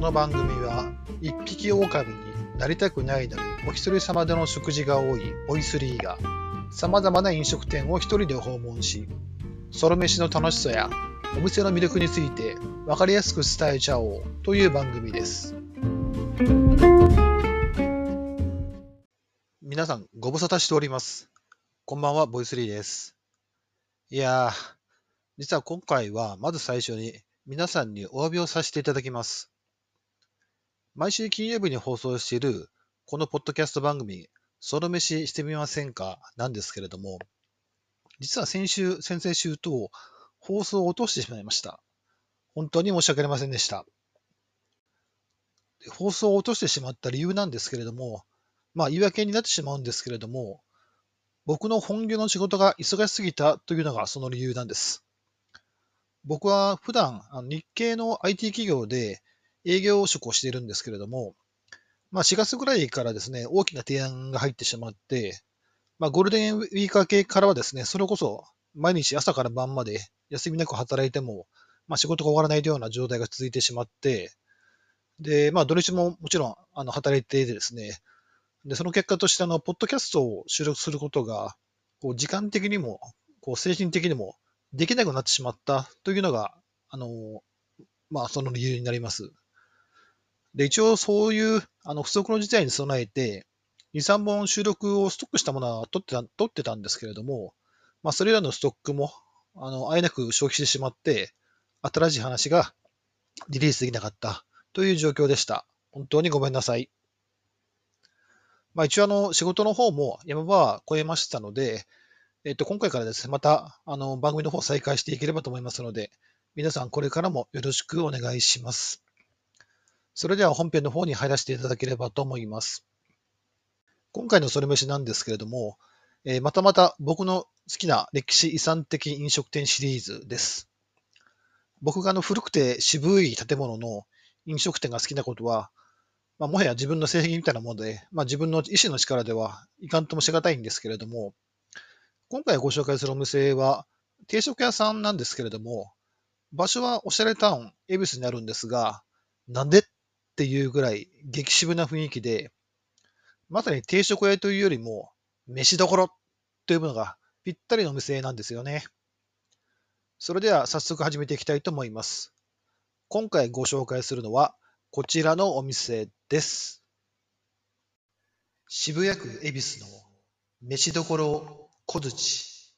の番組は一匹狼になりたくないのにお一人様での食事が多いボイスリーが様々な飲食店を一人で訪問し、ソロ飯の楽しさやお店の魅力について分かりやすく伝えちゃおうという番組です。皆さんご無沙汰しております。こんばんは、ボイスリーです。実は今回はまず最初に皆さんにお詫びをさせていただきます。毎週金曜日に放送しているこのポッドキャスト番組、ソロ飯してみませんかなんですけれども、実は先々週と放送を落としてしまいました。本当に申し訳ありませんでした。放送を落としてしまった理由なんですけれども、言い訳になってしまうんですけれども、僕の本業の仕事が忙しすぎたというのがその理由なんです。僕は普段日系の IT 企業で営業職をしているんですけれども、4月ぐらいからですね、大きな提案が入ってしまって、ゴールデンウィーク明けからはですね、それこそ毎日朝から晩まで休みなく働いても、仕事が終わらないような状態が続いてしまって、で、土日ももちろん働いていてですね、で、その結果としてポッドキャストを収録することが、時間的にも、精神的にもできなくなってしまったというのが、その理由になります。で、一応そういう不測の事態に備えて、2、3本収録をストックしたものは取ってたんですけれども、それらのストックも、あえなく消費してしまって、新しい話がリリースできなかったという状況でした。本当にごめんなさい。一応仕事の方も山場は越えましたので、今回からですね、また番組の方再開していければと思いますので、皆さんこれからもよろしくお願いします。それでは本編の方に入らせていただければと思います。今回のそれ飯なんですけれども、またまた僕の好きな歴史遺産的飲食店シリーズです。僕が古くて渋い建物の飲食店が好きなことは、もはや自分の性癖みたいなもので、自分の意志の力ではいかんともしがたいんですけれども、今回ご紹介するお店は定食屋さんなんですけれども、場所はおしゃれタウン、恵比寿にあるんですが、なんでっていうぐらい激渋な雰囲気で、まさに定食屋というよりも、飯どころというものがぴったりのお店なんですよね。それでは早速始めていきたいと思います。今回ご紹介するのはこちらのお店です。渋谷区恵比寿の飯どころ小槌。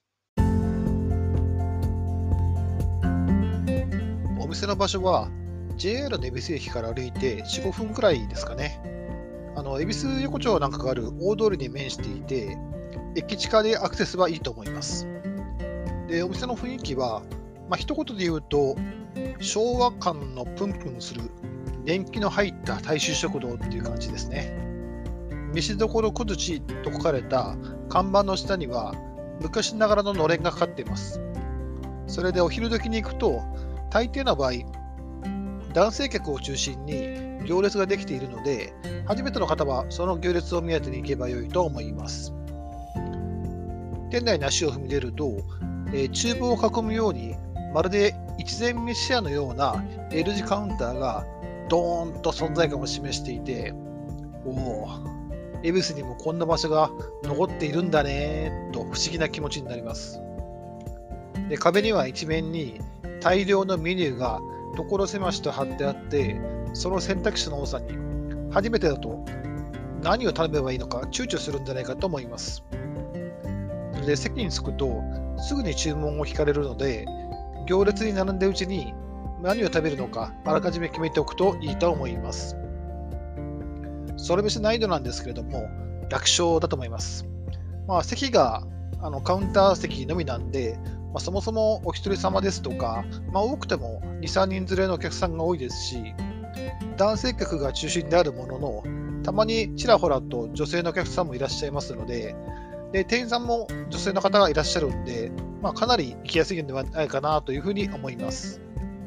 お店の場所は JR の恵比寿駅から歩いて4、5分くらいですかね。恵比寿横丁なんかがある大通りに面していて、駅地下でアクセスはいいと思います。で、お店の雰囲気は、一言で言うと、昭和感のプンプンする年季の入った大衆食堂っていう感じですね。飯どころ小槌と書かれた看板の下には昔ながらののれんがかかっています。それでお昼時に行くと、大抵の場合、男性客を中心に行列ができているので、初めての方はその行列を目当てに行けばよいと思います。店内に足を踏み入れると、厨房を囲むように、まるで一膳飯屋のような L 字カウンターがドーンと存在感を示していて、恵比寿にもこんな場所が残っているんだねと不思議な気持ちになります。で、壁には一面に大量のメニューが所狭しと貼ってあって、その選択肢の多さに初めてだと何を食べればいいのか躊躇するんじゃないかと思います。で、席に着くとすぐに注文を聞かれるので、行列に並んでるうちに何を食べるのかあらかじめ決めておくといいと思います。それ飯難易度なんですけれども、楽勝だと思います。席がカウンター席のみなんで、そもそもお一人様ですとか、多くても2、3人連れのお客さんが多いですし、男性客が中心であるものの、たまにちらほらと女性のお客さんもいらっしゃいますので、店員さんも女性の方がいらっしゃるんで、かなり行きやすいのではないかなというふうに思います。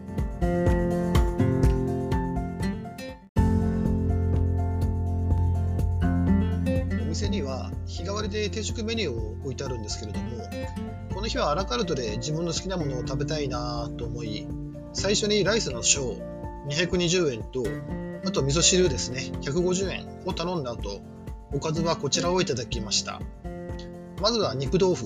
お店には日替わりで定食メニューを置いてあるんですけれども、この日はアラカルトで自分の好きなものを食べたいなと思い、最初にライスの小220円とあと味噌汁ですね、150円を頼んだ後、おかずはこちらをいただきました。まずは肉豆腐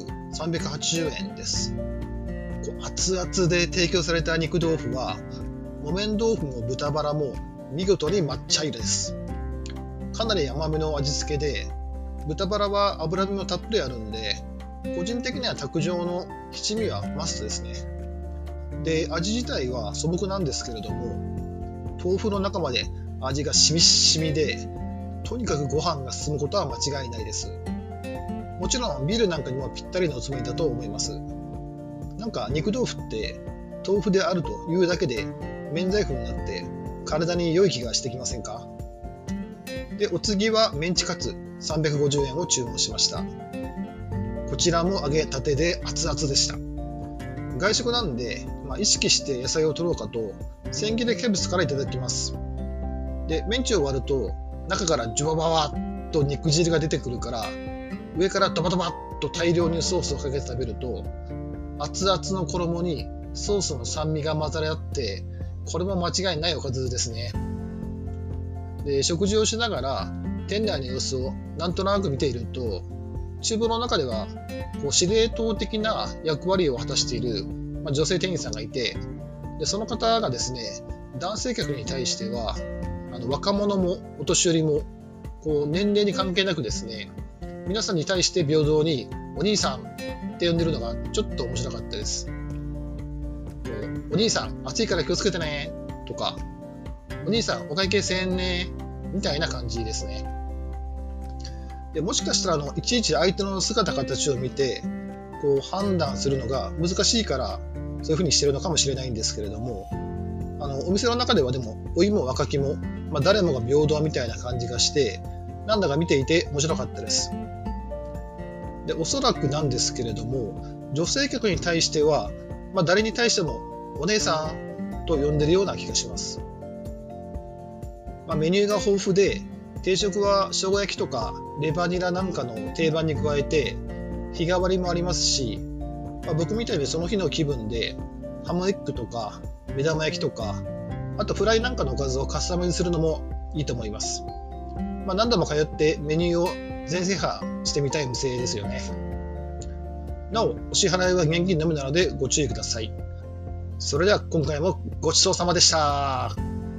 380円です。熱々で提供された肉豆腐は、木綿豆腐も豚バラも見事に抹茶色です。かなり甘めの味付けで、豚バラは脂身もたっぷりあるんで、個人的には卓上の七味はマストですね。で、味自体は素朴なんですけれども、豆腐の中まで味がしみしみで、とにかくご飯が進むことは間違いないです。もちろんビールなんかにもぴったりのおつもりだと思います。なんか肉豆腐って豆腐であるというだけで免罪符になって体に良い気がしてきませんか？で、お次はメンチカツ350円を注文しました。こちらも揚げたてで熱々でした。外食なんで、意識して野菜を取ろうかと千切りキャベツからいただきます。で、メンチを割ると中からジュバババッと肉汁が出てくるから、上からドバドバッと大量にソースをかけて食べると、熱々の衣にソースの酸味が混ざり合って、これも間違いないおかずですね。で、食事をしながら店内の様子をなんとなく見ていると、厨房の中では司令塔的な役割を果たしている、女性店員さんがいて、でその方がですね、男性客に対しては若者もお年寄りも年齢に関係なくですね、皆さんに対して平等にお兄さんって呼んでるのがちょっと面白かったです。お兄さん暑いから気をつけてねとか、お兄さんお会計1000円ねみたいな感じですね。でもしかしたらいちいち相手の姿形を見て判断するのが難しいからそういう風にしてるのかもしれないんですけれども、お店の中ではでも老いも若きも、誰もが平等みたいな感じがして、なんだか見ていて面白かったです。で、おそらくなんですけれども、女性客に対しては、誰に対してもお姉さんと呼んでるような気がします。メニューが豊富で、定食は生姜焼きとかレバニラなんかの定番に加えて日替わりもありますし、僕みたいにその日の気分でハムエッグとか目玉焼きとか、あとフライなんかのおかずをカスタマイズするのもいいと思います。何度も通ってメニューを全制覇してみたい店ですよね。なお、お支払いは現金のみなのでご注意ください。それでは今回もごちそうさまでした。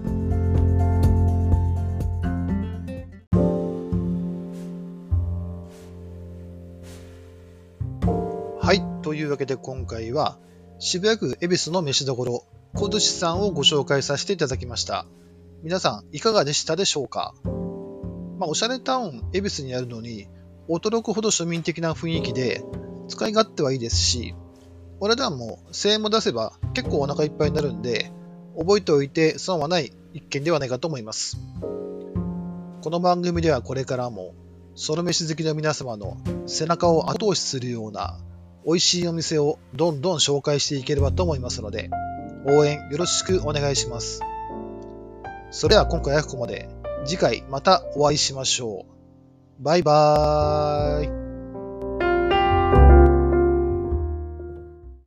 はい、というわけで今回は渋谷区恵比寿の飯どころ小寿司さんをご紹介させていただきました。皆さんいかがでしたでしょうか？おしゃれタウン恵比寿にあるのに驚くほど庶民的な雰囲気で使い勝手はいいですし、お値段も1000円も出せば結構お腹いっぱいになるんで、覚えておいて損はない一件ではないかと思います。この番組ではこれからもソロ飯好きの皆様の背中を後押しするような美味しいお店をどんどん紹介していければと思いますので、応援よろしくお願いします。それでは今回はここまで。次回またお会いしましょう。バイバーイ。